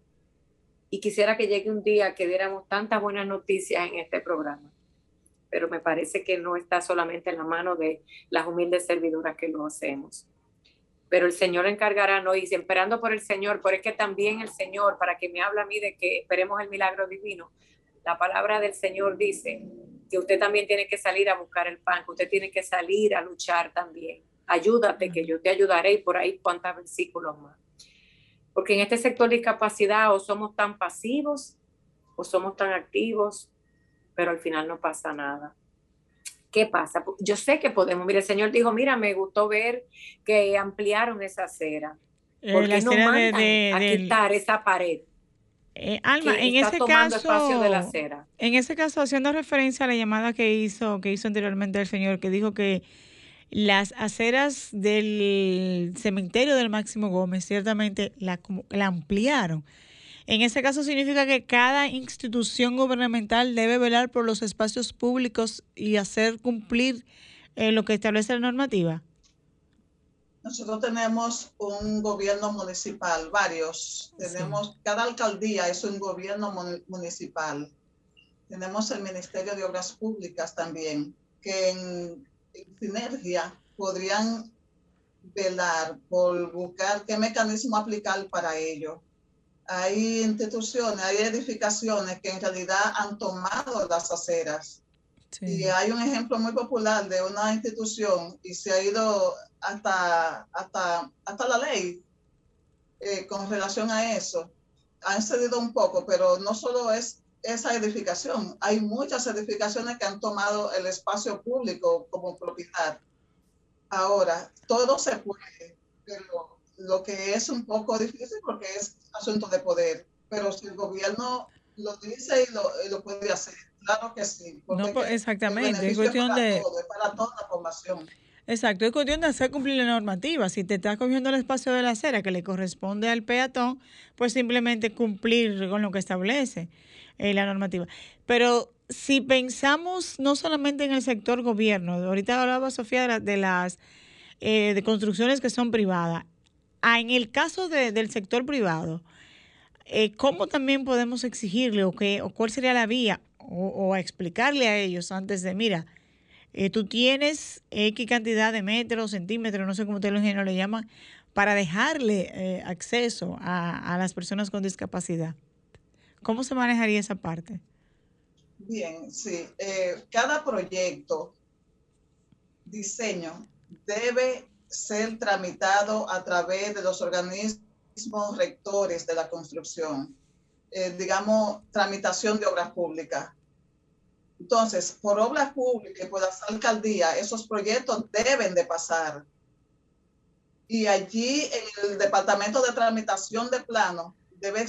Y quisiera que llegue un día que diéramos tantas buenas noticias en este programa. Pero me parece que no está solamente en la mano de las humildes servidoras que lo hacemos. Pero el Señor encargará, ¿no? Y esperando por el Señor, porque es que también el Señor, para que me hable a mí de que esperemos el milagro divino, la palabra del Señor dice que usted también tiene que salir a buscar el pan, que usted tiene que salir a luchar también. Ayúdate, que yo te ayudaré, y por ahí cuántos versículos más. Porque en este sector de discapacidad o somos tan pasivos o somos tan activos, pero al final no pasa nada. ¿Qué pasa? Yo sé que podemos. Mira, el Señor dijo, mira, me gustó ver que ampliaron esa acera. ¿Por qué no mandan a quitar esa pared? Eh, Alma, que en está ese tomando caso, espacio de la acera. En ese caso, haciendo referencia a la llamada que hizo, que hizo anteriormente el señor, que dijo que las aceras del cementerio del Máximo Gómez ciertamente la, la ampliaron. En ese caso significa que cada institución gubernamental debe velar por los espacios públicos y hacer cumplir eh, lo que establece la normativa. Nosotros tenemos un gobierno municipal, varios. Tenemos, sí. Cada alcaldía es un gobierno municipal. Tenemos el Ministerio de Obras Públicas también, que en, en sinergia podrían velar por buscar qué mecanismo aplicar para ello. Hay instituciones, hay edificaciones que en realidad han tomado las aceras. Sí. Y hay un ejemplo muy popular de una institución y se ha ido hasta, hasta, hasta la ley eh, con relación a eso. Han cedido un poco, pero no solo es esa edificación. Hay muchas edificaciones que han tomado el espacio público como propiedad. Ahora, todo se puede, pero lo que es un poco difícil porque es asunto de poder. Pero si el gobierno lo dice y lo, y lo puede hacer, claro que sí. No, pues, exactamente, es cuestión es para de... todo, es para toda la población. Exacto, es cuestión de hacer cumplir la normativa. Si te estás cogiendo el espacio de la acera que le corresponde al peatón, pues simplemente cumplir con lo que establece eh, la normativa. Pero si pensamos no solamente en el sector gobierno, ahorita hablaba Sofía de, la, de las eh, de construcciones que son privadas. Ah, en el caso de, del sector privado, eh, ¿cómo también podemos exigirle o, qué, o cuál sería la vía o, o a explicarle a ellos antes de, mira, Eh, tú tienes X cantidad de metros, centímetros, no sé cómo ustedes los ingenieros le llaman, para dejarle eh, acceso a, a las personas con discapacidad? ¿Cómo se manejaría esa parte? Bien, sí. Eh, cada proyecto, diseño, debe ser tramitado a través de los organismos rectores de la construcción. Eh, digamos, tramitación de obras públicas. Entonces, por obras públicas y por las alcaldías, esos proyectos deben de pasar. Y allí el departamento de tramitación de plano debe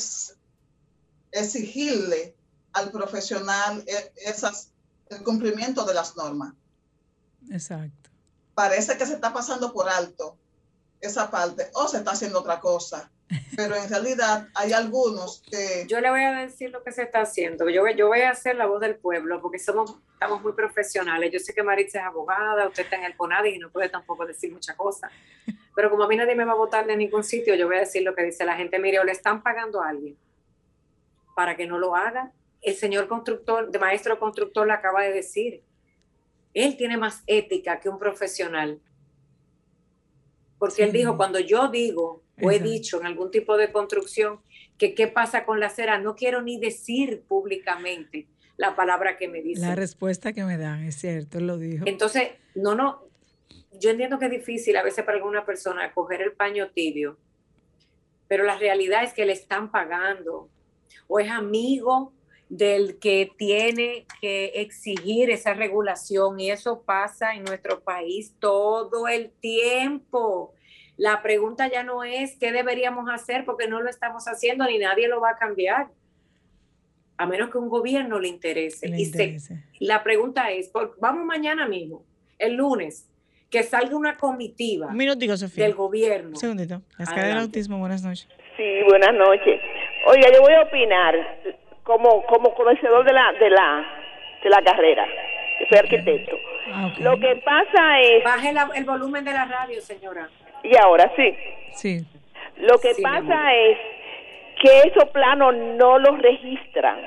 exigirle al profesional esas, el cumplimiento de las normas. Exacto. Parece que se está pasando por alto esa parte o se está haciendo otra cosa. Pero en realidad hay algunos que... Yo le voy a decir lo que se está haciendo. Yo, yo voy a hacer la voz del pueblo porque somos, estamos muy profesionales. Yo sé que Maritza es abogada, usted está en el CONADI y no puede tampoco decir muchas cosas. Pero como a mí nadie me va a votar de ningún sitio, yo voy a decir lo que dice la gente. Mire, o le están pagando a alguien para que no lo haga. El señor constructor, de maestro constructor, le acaba de decir. Él tiene más ética que un profesional. Porque sí. Él dijo, cuando yo digo... o he dicho en algún tipo de construcción que qué pasa con la acera, no quiero ni decir públicamente la palabra que me dice. La respuesta que me dan, es cierto, él lo dijo. Entonces, no, no, yo entiendo que es difícil a veces para alguna persona coger el paño tibio, pero la realidad es que le están pagando o es amigo del que tiene que exigir esa regulación y eso pasa en nuestro país todo el tiempo. La pregunta ya no es qué deberíamos hacer porque no lo estamos haciendo ni nadie lo va a cambiar, a menos que un gobierno le interese. Le y interese. Se, la pregunta es, por, vamos mañana mismo, el lunes, que salga una comitiva un minutico, Sofía. del gobierno. Un segundito. La escala del autismo, buenas noches. Sí, buenas noches. Oiga, yo voy a opinar como, como conocedor de la, de la, de la carrera. Yo soy okay. arquitecto. Ah, okay. Lo que pasa es... Baje la, el volumen de la radio, señora. Y ahora sí. Sí. Lo que sí, pasa es que esos planos no los registran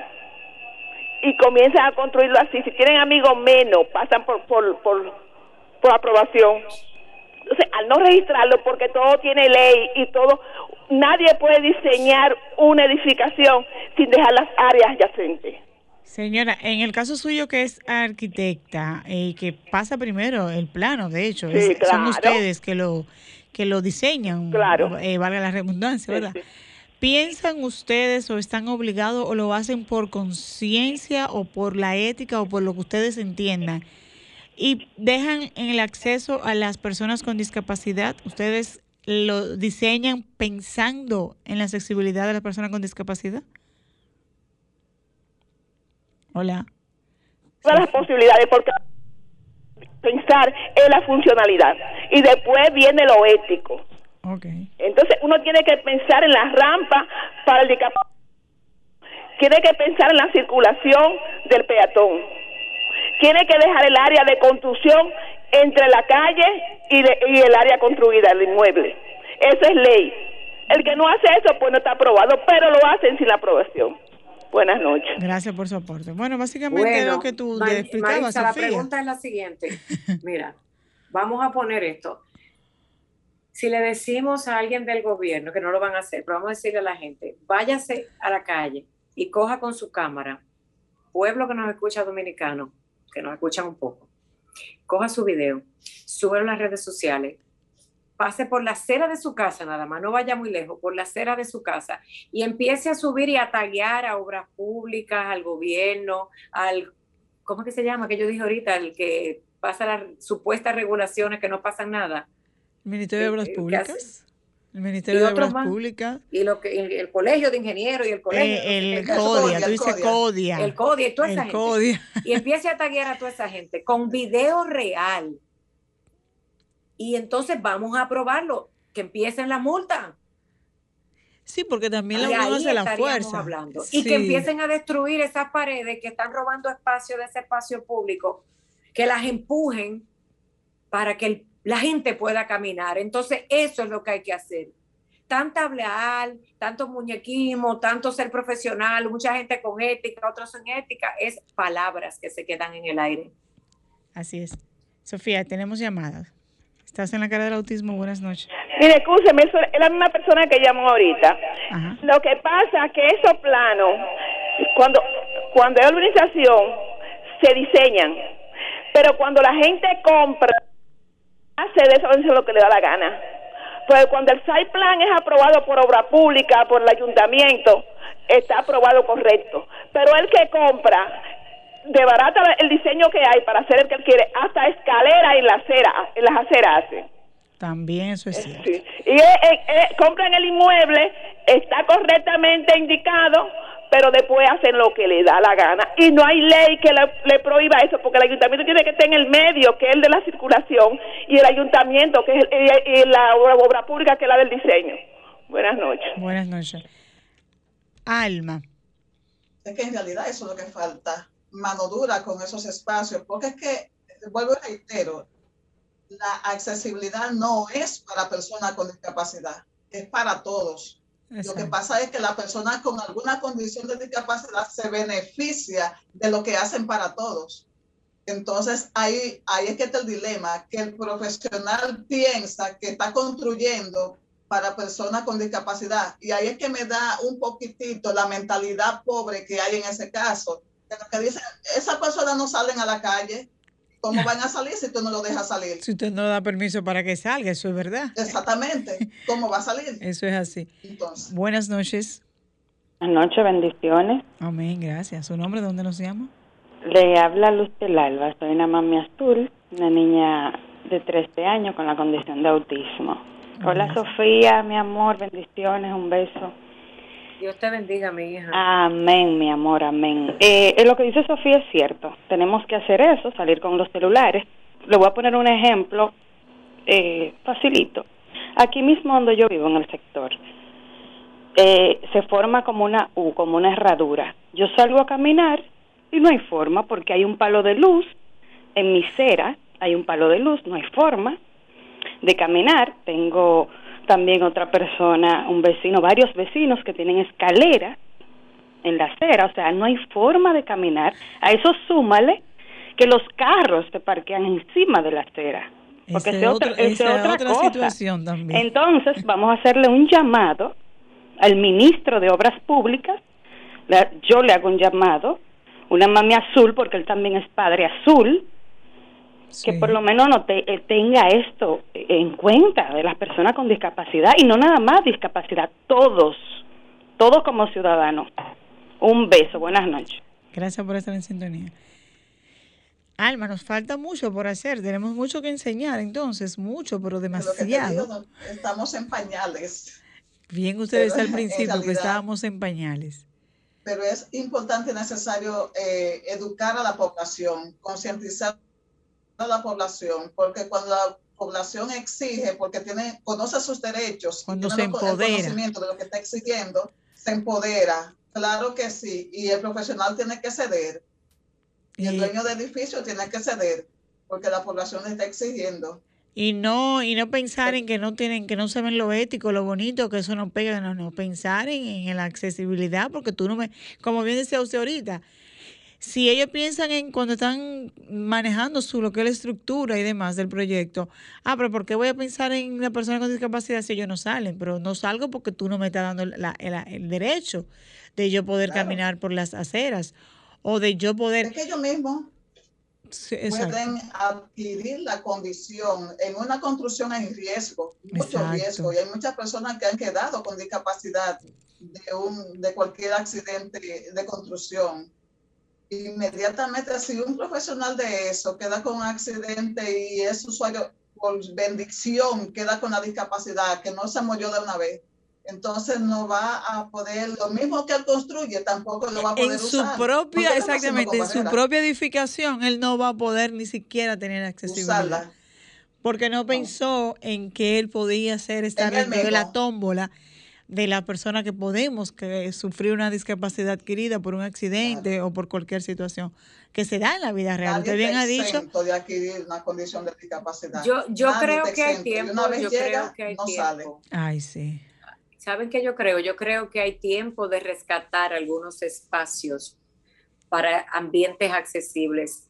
y comienzan a construirlo así. Si tienen amigos menos, pasan por por, por, por aprobación. Entonces, al no registrarlo, porque todo tiene ley y todo, nadie puede diseñar una edificación sin dejar las áreas adyacentes. Señora, en el caso suyo que es arquitecta, eh, que pasa primero el plano, de hecho, sí, es, claro. son ustedes que lo que lo diseñan, claro. eh, valga la redundancia, ¿verdad? Sí, sí. ¿Piensan ustedes o están obligados o lo hacen por conciencia o por la ética o por lo que ustedes entiendan? Y dejan en el acceso a las personas con discapacidad, ¿ustedes lo diseñan pensando en la accesibilidad de las personas con discapacidad? Hola. Todas las posibilidades, porque pensar en la funcionalidad y después viene lo ético. Okay. Entonces uno tiene que pensar en la rampa para el discapacitado, tiene que pensar en la circulación del peatón, tiene que dejar el área de construcción entre la calle y, de, y el área construida, el inmueble. Eso es ley. El que no hace eso, pues no está aprobado, pero lo hacen sin la aprobación. Buenas noches. Gracias por su aporte. Bueno, básicamente bueno, lo que tú Mar explicabas, Maritza, la Sofía. pregunta es la siguiente. Mira, vamos a poner esto. Si le decimos a alguien del gobierno, que no lo van a hacer, pero vamos a decirle a la gente, váyase a la calle y coja con su cámara, pueblo que nos escucha dominicano, que nos escuchan un poco, coja su video, súbelo a las redes sociales, pase por la acera de su casa nada más, no vaya muy lejos, por la acera de su casa, y empiece a subir y a taguear a obras públicas, al gobierno, al, ¿cómo es que se llama? Que yo dije ahorita, el que pasa las supuestas regulaciones que no pasan nada. ¿El Ministerio de Obras Eh, Públicas? El Ministerio de Obras Públicas. Y lo que, el, el Colegio de Ingenieros y el Colegio... Eh, el, el CODIA, tú dices CODIA. El CODIA y toda esa el gente. CODIA. Y empiece a taguear a toda esa gente con video real. Y entonces vamos a aprobarlo, que empiecen la multa. Sí, porque también la y unión ahí hace la fuerza. Hablando. Sí. Y que empiecen a destruir esas paredes que están robando espacio de ese espacio público, que las empujen para que el, la gente pueda caminar. Entonces eso es lo que hay que hacer. Tanta hablar, tanto muñequismo, tanto ser profesional, mucha gente con ética, otros sin ética, es palabras que se quedan en el aire. Así es. Sofía, tenemos llamadas. Estás en la cara del autismo, buenas noches. Mire, escúcheme, es la misma persona que llamó ahorita. Ajá. Lo que pasa es que esos planos, cuando, cuando hay organización, se diseñan, pero cuando la gente compra, hace de eso lo que le da la gana. Pues cuando el site plan es aprobado por obra pública, por el ayuntamiento, está aprobado correcto. Pero el que compra, de barata el diseño que hay para hacer el que él quiere, hasta escalera en la acera, en las aceras hace. También eso es cierto. Sí. Y eh, eh, compran el inmueble, está correctamente indicado, pero después hacen lo que le da la gana. Y no hay ley que le, le prohíba eso, porque el ayuntamiento tiene que estar en el medio, que es el de la circulación, y el ayuntamiento, que es el, y, y la obra, obra pública, que es la del diseño. Buenas noches. Buenas noches. Alma. Es que en realidad eso es lo que falta, mano dura con esos espacios, porque es que, vuelvo y reitero, la accesibilidad no es para personas con discapacidad, es para todos. Exacto. Lo que pasa es que la persona con alguna condición de discapacidad se beneficia de lo que hacen para todos. Entonces, ahí, ahí es que está el dilema, que el profesional piensa que está construyendo para personas con discapacidad. Y ahí es que me da un poquitito la mentalidad pobre que hay en ese caso. Que lo que dicen, esas personas no salen a la calle. ¿Cómo van a salir si tú no lo dejas salir? Si usted no da permiso para que salga, eso es verdad. Exactamente. ¿Cómo va a salir? Eso es así. Entonces. Buenas noches. Buenas noches, bendiciones. Amén, gracias. ¿Su nombre, dónde nos llama? Le habla Luz del Alba. Soy una mami azul, una niña de trece años con la condición de autismo. Hola, gracias. Sofía, mi amor, bendiciones, un beso. Dios te bendiga, mi hija. Amén, mi amor, amén. Eh, lo que dice Sofía es cierto. Tenemos que hacer eso, salir con los celulares. Le voy a poner un ejemplo eh, facilito. Aquí mismo donde yo vivo, en el sector, eh, se forma como una U, como una herradura. Yo salgo a caminar y no hay forma porque hay un palo de luz. En mi acera hay un palo de luz, no hay forma de caminar. Tengo también otra persona, un vecino, varios vecinos que tienen escaleras en la acera, o sea, no hay forma de caminar. A eso súmale que los carros se parquean encima de la acera, porque esa es otra, esa es otra, otra cosa. Situación también. Entonces, vamos a hacerle un llamado al ministro de Obras Públicas. Yo le hago un llamado, una mami azul, porque él también es padre azul, sí, que por lo menos no te, eh, tenga esto en cuenta de las personas con discapacidad, y no nada más discapacidad, todos, todos como ciudadanos. Un beso, buenas noches. Gracias por estar en sintonía. Alma, nos falta mucho por hacer, tenemos mucho que enseñar, entonces, mucho, pero demasiado. Lo que te digo, estamos en pañales. Bien, usted decía al principio realidad, que estábamos en pañales. pero es importante y necesario eh, educar a la población, concientizar a la población, porque cuando la población exige, porque tiene, conoce sus derechos, cuando y se tiene empodera, el conocimiento de lo que está exigiendo, se empodera. Claro que sí, y el profesional tiene que ceder, y el dueño del edificio tiene que ceder, porque la población le está exigiendo. Y no, y no pensar en que no tienen, que no saben lo ético, lo bonito, que eso no pega, no, no, pensar en, en la accesibilidad, porque tú no me, como bien decía usted ahorita, si ellos piensan en cuando están manejando su lo que es la estructura y demás del proyecto, ah, pero ¿por qué voy a pensar en la persona con discapacidad si ellos no salen? Pero no salgo porque tú no me estás dando la, la, el derecho de yo poder claro. caminar por las aceras o de yo poder... Es que ellos mismos sí, pueden adquirir la condición. En una construcción hay riesgo, mucho exacto. riesgo, y hay muchas personas que han quedado con discapacidad de, un, de cualquier accidente de construcción. Inmediatamente, si un profesional de eso queda con un accidente y es usuario por bendición, queda con la discapacidad, que no se murió de una vez, entonces no va a poder, lo mismo que él construye, tampoco lo va a poder en su usar. propia, exactamente, en su propia edificación, él no va a poder ni siquiera tener accesibilidad. Usarla. Porque no pensó no. en que él podía ser, estar dentro de la tómbola de la persona que podemos que sufrir una discapacidad adquirida por un accidente claro. o por cualquier situación que se da en la vida real. Nadie Usted bien ha dicho de adquirir una condición de discapacidad. Yo, yo creo que hay tiempo. Una vez yo llega, creo que hay no tiempo. sale. Ay, sí. ¿Saben qué yo creo? Yo creo que hay tiempo de rescatar algunos espacios para ambientes accesibles.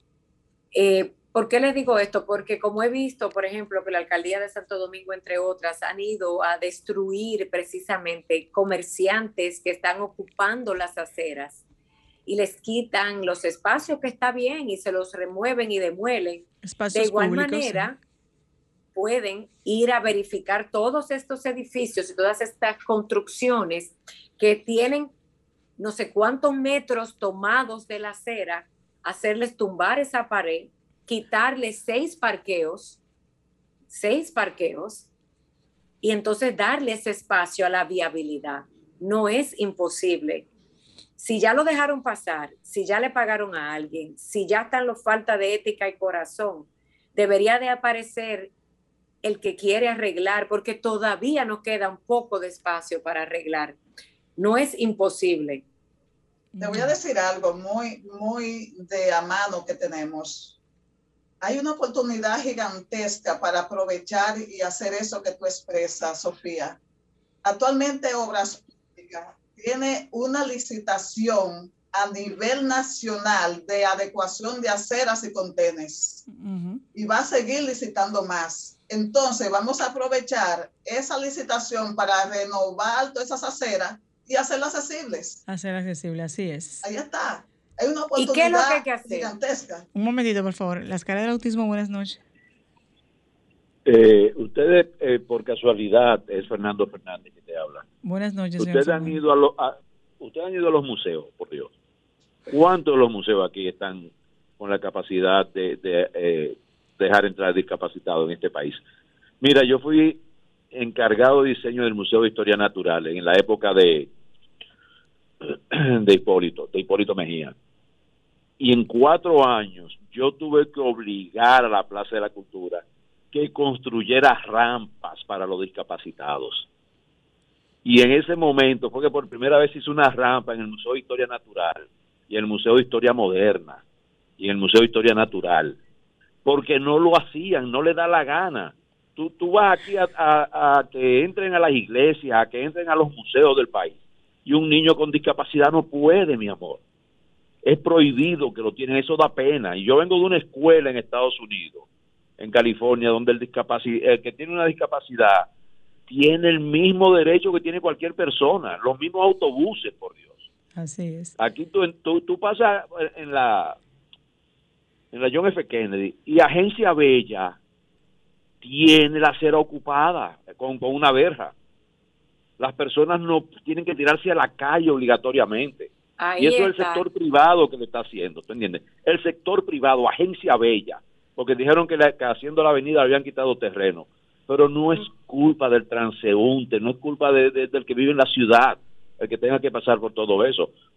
Eh, ¿Por qué les digo esto? Porque como he visto, por ejemplo, que la alcaldía de Santo Domingo, entre otras, han ido a destruir precisamente comerciantes que están ocupando las aceras y les quitan los espacios que está bien y se los remueven y demuelen. Espacios de igual públicos, manera, sí. pueden ir a verificar todos estos edificios y todas estas construcciones que tienen no sé cuántos metros tomados de la acera, hacerles tumbar esa pared, quitarle seis parqueos, seis parqueos, y entonces darle ese espacio a la viabilidad. No es imposible. Si ya lo dejaron pasar, si ya le pagaron a alguien, si ya están los falta de ética y corazón, debería de aparecer el que quiere arreglar, porque todavía nos queda un poco de espacio para arreglar. No es imposible. Te voy a decir algo muy, muy de a mano que tenemos. Hay una oportunidad gigantesca para aprovechar y hacer eso que tú expresas, Sofía. Actualmente Obras Públicas tiene una licitación a nivel nacional de adecuación de aceras y contenes. Uh-huh. Y va a seguir licitando más. Entonces vamos a aprovechar esa licitación para renovar todas esas aceras y hacerlas accesibles. Hacer accesible, así es. Ahí está. Hay una oportunidad ¿Y qué es lo que hay que hacer? Gigantesca. Un momentito, por favor. Las caras del autismo, buenas noches. Eh, ustedes, eh, por casualidad, es Fernando Fernández que te habla. Buenas noches, ustedes señor han ido a, lo, a Ustedes han ido a los museos, por Dios. ¿Cuántos de los museos aquí están con la capacidad de, de eh, dejar entrar discapacitados en este país? Mira, yo fui encargado de diseño del Museo de Historia Natural en la época de de Hipólito, de Hipólito Mejía. Y en cuatro años yo tuve que obligar a la Plaza de la Cultura que construyera rampas para los discapacitados. Y en ese momento fue que por primera vez hizo una rampa en el Museo de Historia Natural y en el Museo de Historia Moderna y en el Museo de Historia Natural, porque no lo hacían, no le da la gana. Tú, tú vas aquí a, a, a que entren a las iglesias, a que entren a los museos del país, y un niño con discapacidad no puede, mi amor. Es prohibido que lo tienen, eso da pena. Y yo vengo de una escuela en Estados Unidos, en California, donde el, discapaci- el que tiene una discapacidad tiene el mismo derecho que tiene cualquier persona, los mismos autobuses, por Dios. Así es. Aquí tú, tú, tú pasas en la, en la John F. Kennedy y Agencia Bella tiene la acera ocupada con, con una verja. Las personas no tienen que tirarse a la calle obligatoriamente. Ahí y eso está. Es el sector privado que lo está haciendo, ¿tú entiendes? El sector privado, Agencia Bella, porque dijeron que, la, que haciendo la avenida habían quitado terreno. Pero no es culpa del transeúnte, no es culpa de, de, del que vive en la ciudad, el que tenga que pasar por todo eso.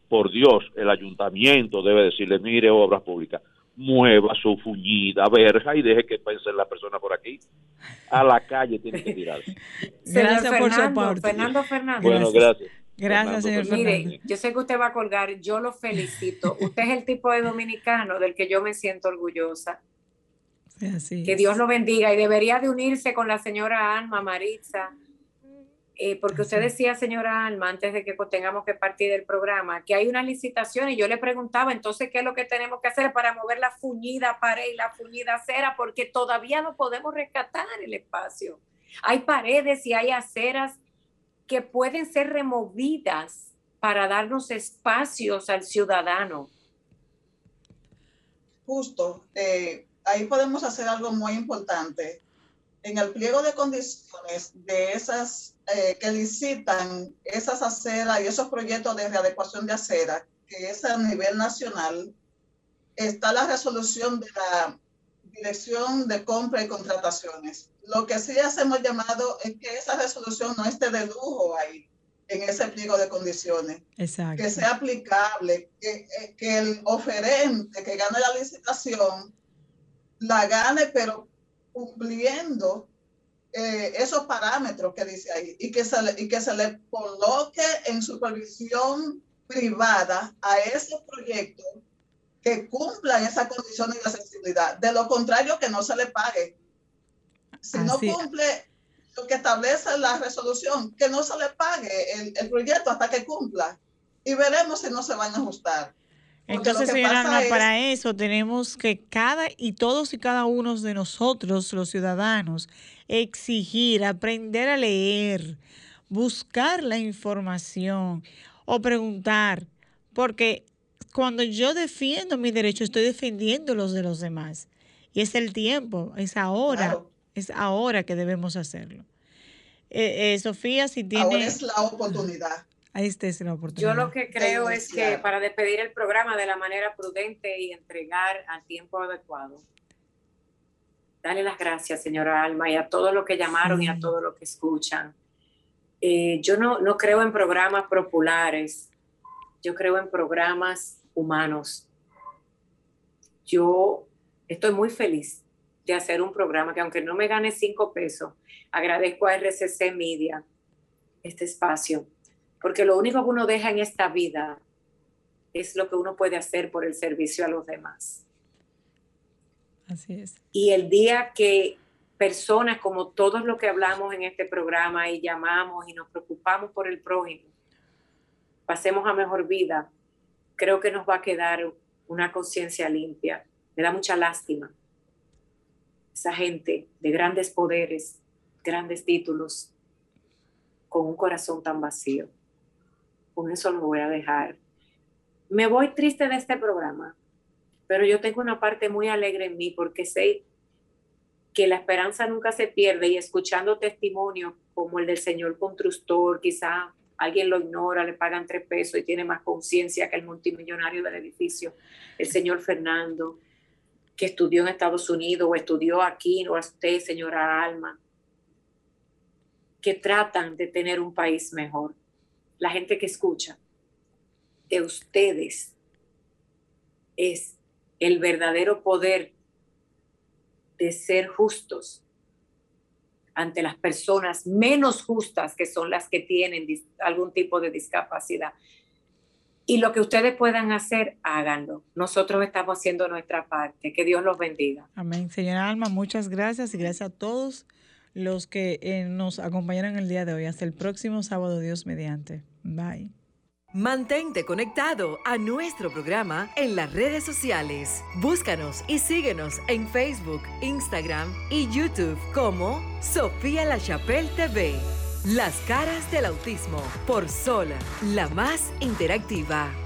por Dios, el ayuntamiento debe decirle, mire, Obras Públicas, mueva su fuñida verja y deje que pasen las personas por aquí. A la calle tienen que tirarse. Gracias Señor por su Fernando, aporte. Fernando Fernández. Bueno, gracias. Gracias, señor Mire, Fernández. yo sé que usted va a colgar, yo lo felicito. Usted es el tipo de dominicano del que yo me siento orgullosa. Sí, así Que es. Dios lo bendiga y debería de unirse con la señora Alma Maritza, eh, porque usted decía, señora Alma, antes de que tengamos que partir del programa, que hay una licitación y yo le preguntaba, entonces, ¿qué es lo que tenemos que hacer para mover la fuñida pared y la fuñida acera? Porque todavía no podemos rescatar el espacio. Hay paredes y hay aceras que pueden ser removidas para darnos espacios al ciudadano. Justo, eh, ahí podemos hacer algo muy importante. En el pliego de condiciones de esas eh, que licitan esas aceras y esos proyectos de readecuación de acera, que es a nivel nacional, está la resolución de la Dirección de Compra y Contrataciones. Lo que sí hacemos llamado es que esa resolución no esté de lujo ahí, en ese pliego de condiciones. Exacto. Que sea aplicable, que, que el oferente que gane la licitación la gane, pero cumpliendo eh, esos parámetros que dice ahí, y que, se le, y que se le coloque en supervisión privada a ese proyecto que cumplan esas condiciones de accesibilidad. De lo contrario, que no se le pague. Si Así. no cumple lo que establece la resolución, que no se le pague el, el proyecto hasta que cumpla. Y veremos si no se van a ajustar. Entonces, señora Alma, es... para eso tenemos que cada y todos y cada uno de nosotros, los ciudadanos, exigir, aprender a leer, buscar la información o preguntar, porque cuando yo defiendo mis derechos, estoy defendiendo los de los demás. Y es el tiempo, es ahora, claro. es ahora que debemos hacerlo. Eh, eh, Sofía, si tiene... Ahora es la oportunidad. Ahí está es la oportunidad. Yo lo que creo es que para despedir el programa de la manera prudente y entregar al tiempo adecuado, darle las gracias, señora Alma, y a todos los que llamaron sí. y a todos los que escuchan. Eh, yo no, no creo en programas populares, yo creo en programas humanos. Yo estoy muy feliz de hacer un programa que, aunque no me gane cinco pesos, agradezco a R C C Media este espacio. Porque lo único que uno deja en esta vida es lo que uno puede hacer por el servicio a los demás. Así es. Y el día que personas como todos los que hablamos en este programa y llamamos y nos preocupamos por el prójimo, pasemos a mejor vida, creo que nos va a quedar una conciencia limpia. Me da mucha lástima. Esa gente de grandes poderes, grandes títulos, con un corazón tan vacío. Con eso lo voy a dejar. Me voy triste de este programa, pero yo tengo una parte muy alegre en mí porque sé que la esperanza nunca se pierde, y escuchando testimonios como el del señor constructor, quizá alguien lo ignora, le pagan tres pesos y tiene más conciencia que el multimillonario del edificio, el señor Fernando, que estudió en Estados Unidos o estudió aquí, o a usted, señora Alma, que tratan de tener un país mejor. La gente que escucha de ustedes es el verdadero poder de ser justos ante las personas menos justas, que son las que tienen dis- algún tipo de discapacidad. Y lo que ustedes puedan hacer, háganlo. Nosotros estamos haciendo nuestra parte. Que Dios los bendiga. Amén. Señora Alma, muchas gracias y gracias a todos los que eh, nos acompañaron el día de hoy. Hasta el próximo sábado, Dios mediante. Bye. Mantente conectado a nuestro programa en las redes sociales. Búscanos y síguenos en Facebook, Instagram y YouTube como Sofía La Chapelle T V. Las caras del autismo por Sol, la más interactiva.